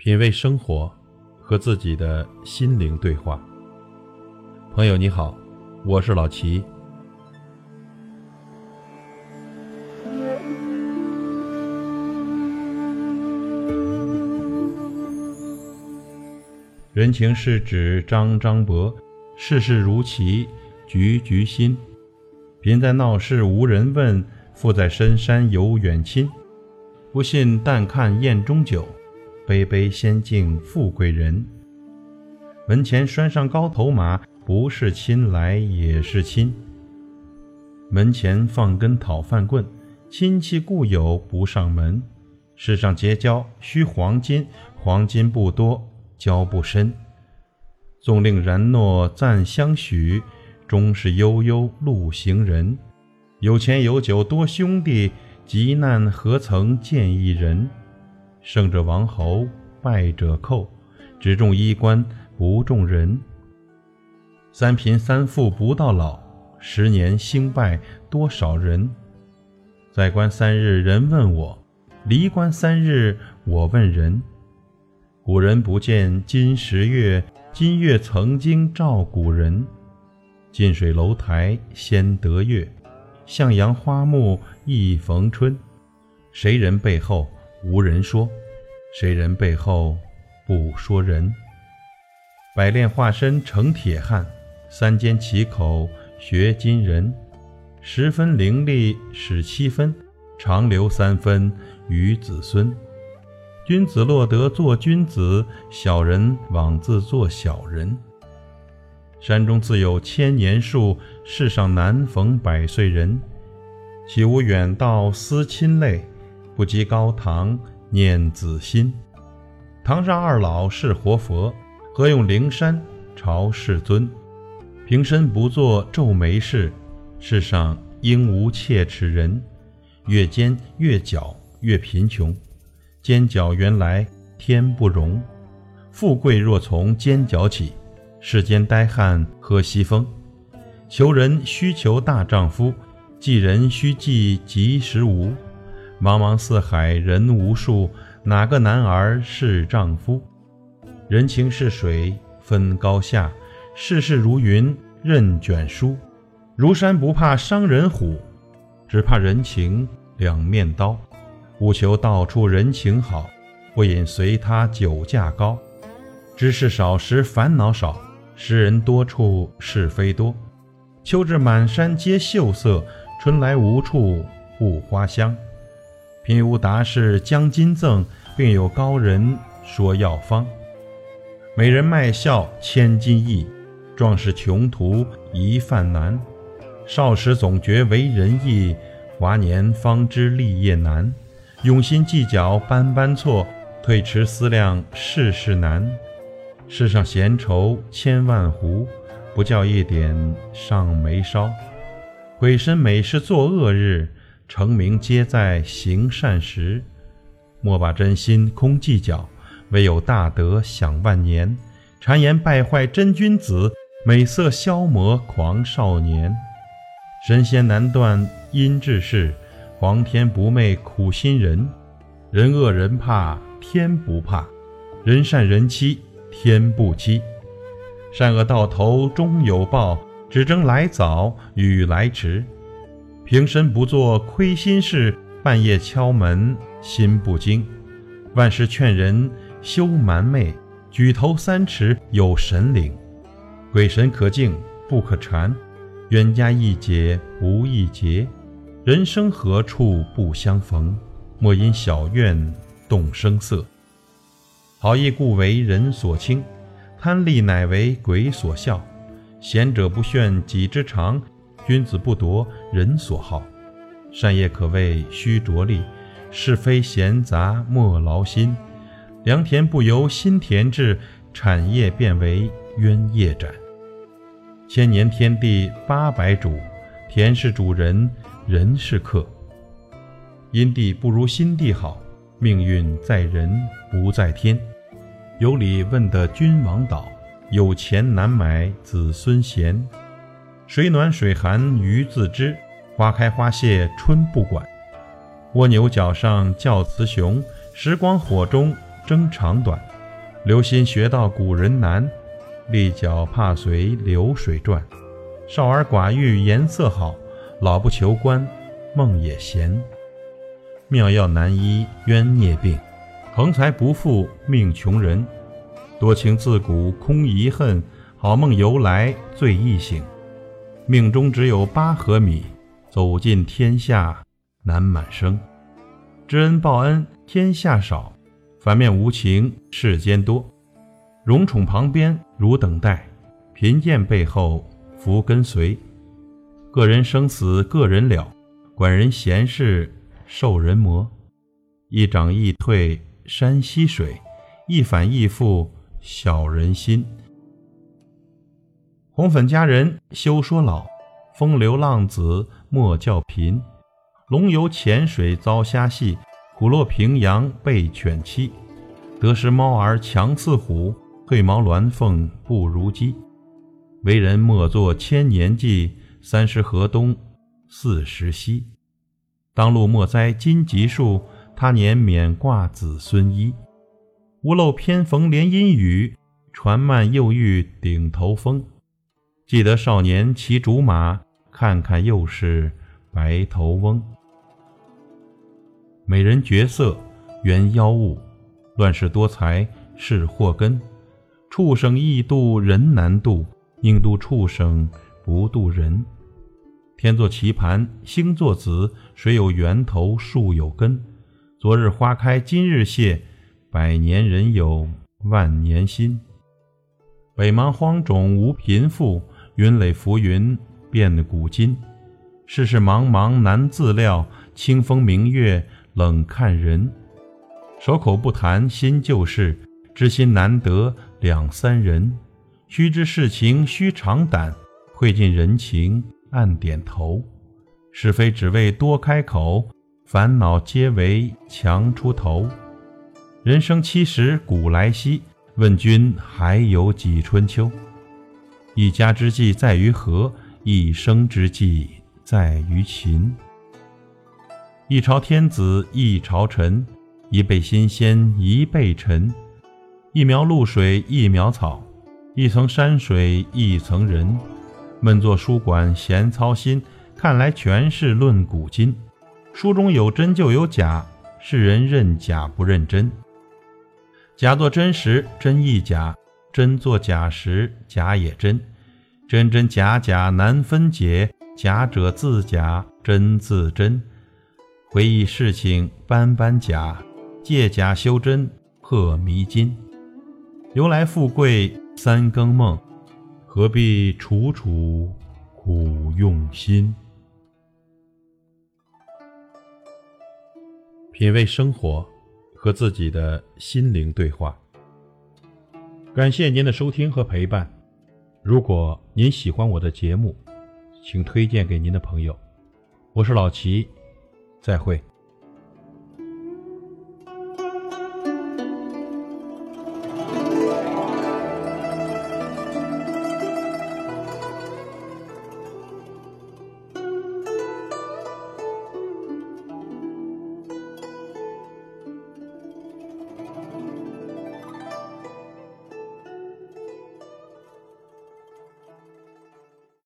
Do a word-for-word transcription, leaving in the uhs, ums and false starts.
品味生活，和自己的心灵对话。朋友你好，我是老齐。人情是指张张薄，世事如棋局局新。贫在闹市无人问，富在深山有远亲。不信但看宴中酒，杯杯先敬富贵人。门前拴上高头马，不是亲来也是亲。门前放根讨饭棍，亲戚故友不上门。世上结交需黄金，黄金不多交不深。纵令然诺暂相许，终是悠悠路行人。有钱有酒多兄弟，急难何曾见一人。胜者王侯，败者寇，只重衣冠不重人。三贫三富不到老，十年兴败多少人。在官三日人问我，离官三日我问人。古人不见今时月，今月曾经照古人。近水楼台先得月，向阳花木一逢春。谁人背后无人说，谁人背后不说人。百炼化身成铁汉，三缄其口学今人。十分伶俐使七分，长留三分于子孙。君子落得做君子，小人枉自做小人。山中自有千年树，世上难逢百岁人。岂无远道思亲类，不及高堂念子心。堂上二老是活佛，何用灵山朝世尊。平身不做皱眉事，世上应无切齿人。越奸越狡越贫穷，奸狡原来天不容。富贵若从奸狡起，世间呆汉喝西风。求人须求大丈夫，济人须济及时无。茫茫四海人无数，哪个男儿是丈夫？人情是水分高下，世事如云任卷舒。如山不怕伤人虎，只怕人情两面刀。务求道出人情好，不饮随他酒价高。知识少时烦恼少，识人多处是非多。秋至满山皆秀色，春来无处不花香。贫无达士将金赠，并有高人说药方。美人卖笑千金易，壮士穷途一饭难。少时总觉为人易，华年方知立业难。用心计较般般错，退迟思量世事难。世上闲愁千万壶，不叫一点上眉梢。鬼神每是作恶日，成名皆在行善时。莫把真心空计较，唯有大德享万年。谗言败坏真君子，美色消磨狂少年。神仙难断阴骘事，皇天不昧苦心人。人恶人怕天不怕，人善人欺天不欺。善恶到头终有报，只争来早与来迟。平身不做亏心事，半夜敲门心不惊。万事劝人休瞒昧，举头三尺有神灵。鬼神可敬不可缠，冤家宜解不宜结。人生何处不相逢，莫因小怨动声色。好意故为人所轻，贪利乃为鬼所笑。贤者不炫己之长，君子不夺人所好。善业可谓须着力，是非闲杂莫劳心。良田不由心田治，产业变为冤业展。千年天地八百主，田是主人，人是客。因地不如心地好，命运在人不在天。有理问得君王倒，有钱难买子孙闲。水暖水寒鱼自知，花开花谢春不管。蜗牛角上叫雌雄，时光火中争长短。 留心学到古人难，立脚怕随流水转。少儿寡欲颜色好，老不求官梦也闲。妙药难医冤孽病，横财不富命穷人。多情自古空遗恨，好梦由来最易醒。命中只有八合米，走尽天下难满生。知恩报恩天下少，反面无情世间多。荣宠旁边如等待，贫贱背后福跟随。个人生死个人了，管人闲事受人磨。一涨一退山溪水，一反一复小人心。红粉佳人休说老，风流浪子莫叫贫。龙游浅水遭虾戏，虎落平阳被犬欺。得时猫儿强似虎，褪毛鸾凤不如鸡。为人莫作千年计，三十河东四十西。当路莫栽荆棘树，他年免挂子孙衣。屋漏偏逢连阴雨，船慢又遇顶头风。记得少年骑竹马，看看又是白头翁。美人绝色原妖物，乱世多财是祸根。畜生易度人难度，宁度畜生不度人。天作棋盘星作子，水有源头树有根。昨日花开今日谢，百年人有万年心。北邙荒冢无贫富，云垒浮云变古今。世事茫茫难自料，清风明月冷看人。守口不谈新旧事，知心难得两三人。须知事情须长胆，会尽人情暗点头。是非只为多开口，烦恼皆为强出头。人生七十古来稀，问君还有几春秋。一家之计在于和，一生之计在于勤。一朝天子一朝臣，一辈新鲜一辈陈。一苗露水一苗草，一层山水一层人。闷坐书馆闲操心，看来全是论古今。书中有真就有假，世人认假不认真。假作真时真亦假，真作假时假也真。真真假假难分解，假者自假，真自真。回忆事情般般假，借假修真破迷津。由来富贵三更梦，何必楚楚苦用心。品味生活，和自己的心灵对话。感谢您的收听和陪伴。如果您喜欢我的节目，请推荐给您的朋友。我是老齐，再会。